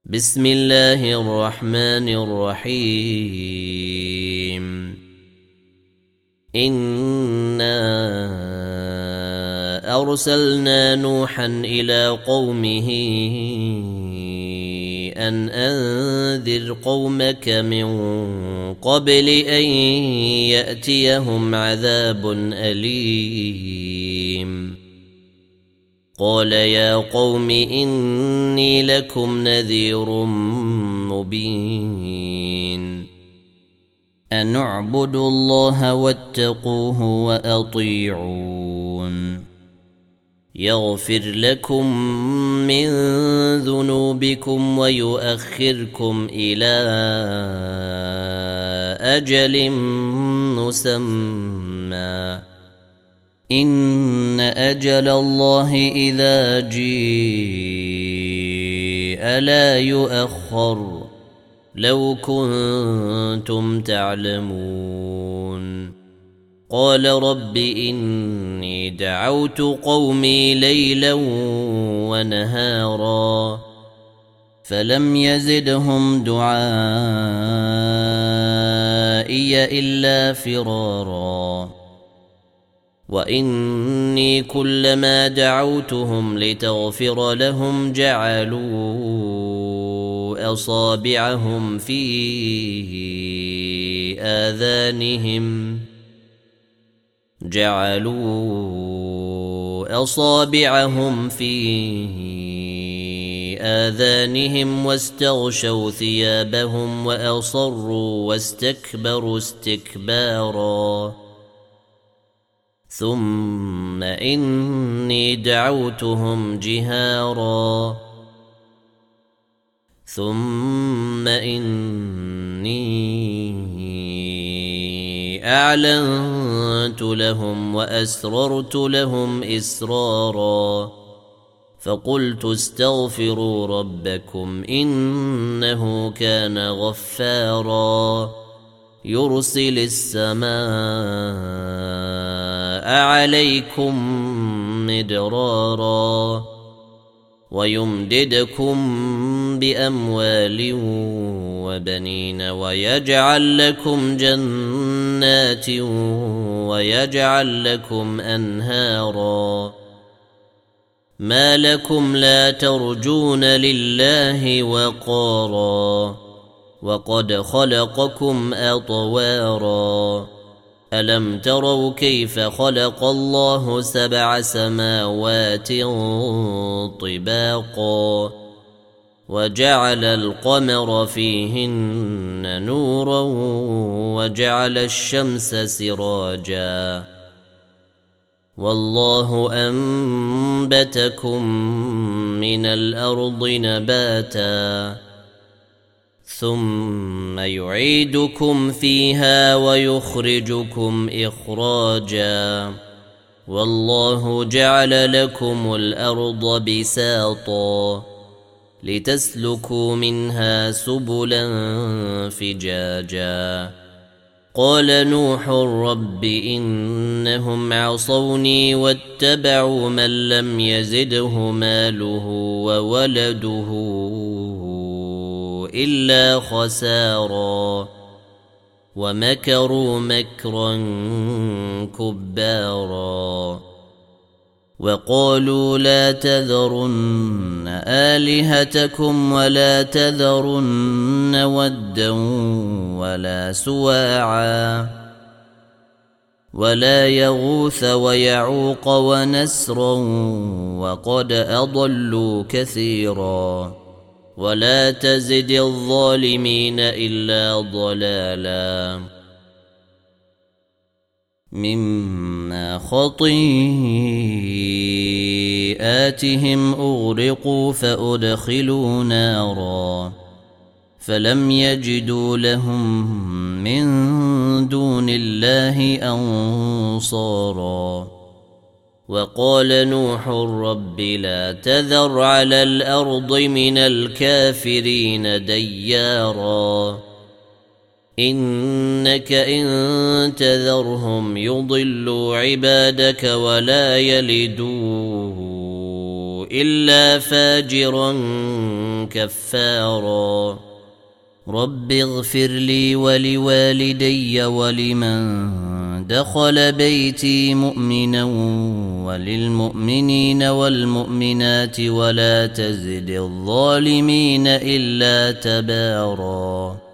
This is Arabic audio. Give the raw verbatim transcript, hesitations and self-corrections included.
بسم الله الرحمن الرحيم. إنا أرسلنا نوحا إلى قومه أن أنذر قومك من قبل أن يأتيهم عذاب أليم. قال يا قوم إني لكم نذير مبين أن اعبدوا الله واتقوه وأطيعون يغفر لكم من ذنوبكم ويؤخركم إلى أجل مسمى إن أجل الله إذا جيء لا يؤخر لو كنتم تعلمون. قال رب إني دعوت قومي ليلا ونهارا فلم يزدهم دعائي إلا فرارا وإني كلما دعوتهم لتغفر لهم جعلوا أصابعهم في آذانهم جعلوا أصابعهم في آذانهم واستغشوا ثيابهم وأصروا واستكبروا استكبارا ثم إني دعوتهم جهارا ثم إني أعلنت لهم وأسررت لهم إسرارا فقلت استغفروا ربكم إنه كان غفارا يرسل السماء عليكم مدرارا ويمددكم بأموال وبنين ويجعل لكم جنات ويجعل لكم أنهارا ما لكم لا ترجون لله وقارا وقد خلقكم أطوارا ألم تروا كيف خلق الله سبع سماوات طباقا وجعل القمر فيهن نورا وجعل الشمس سراجا والله أنبتكم من الأرض نباتا ثم يعيدكم فيها ويخرجكم إخراجا والله جعل لكم الأرض بساطا لتسلكوا منها سبلا فجاجا قال نوح رب إنهم عصوني واتبعوا من لم يزده ماله وولده إلا خسارا ومكروا مكرا كبارا وقالوا لا تذرن آلهتكم ولا تذرن ودا ولا سواعا ولا يغوث ويعوق ونسرا وقد أضلوا كثيرا ولا تزد الظالمين إلا ضلالا مما خطيئاتهم أغرقوا فأدخلوا نارا فلم يجدوا لهم من دون الله أنصارا وقال نوح رب لا تذر على الأرض من الكافرين ديارا إنك إن تذرهم يضلوا عبادك ولا يلدوا إلا فاجرا كفارا رب اغفر لي ولوالدي ولمن دخل بيتي مؤمنا وللمؤمنين والمؤمنات ولا تزد الظالمين إلا تبارا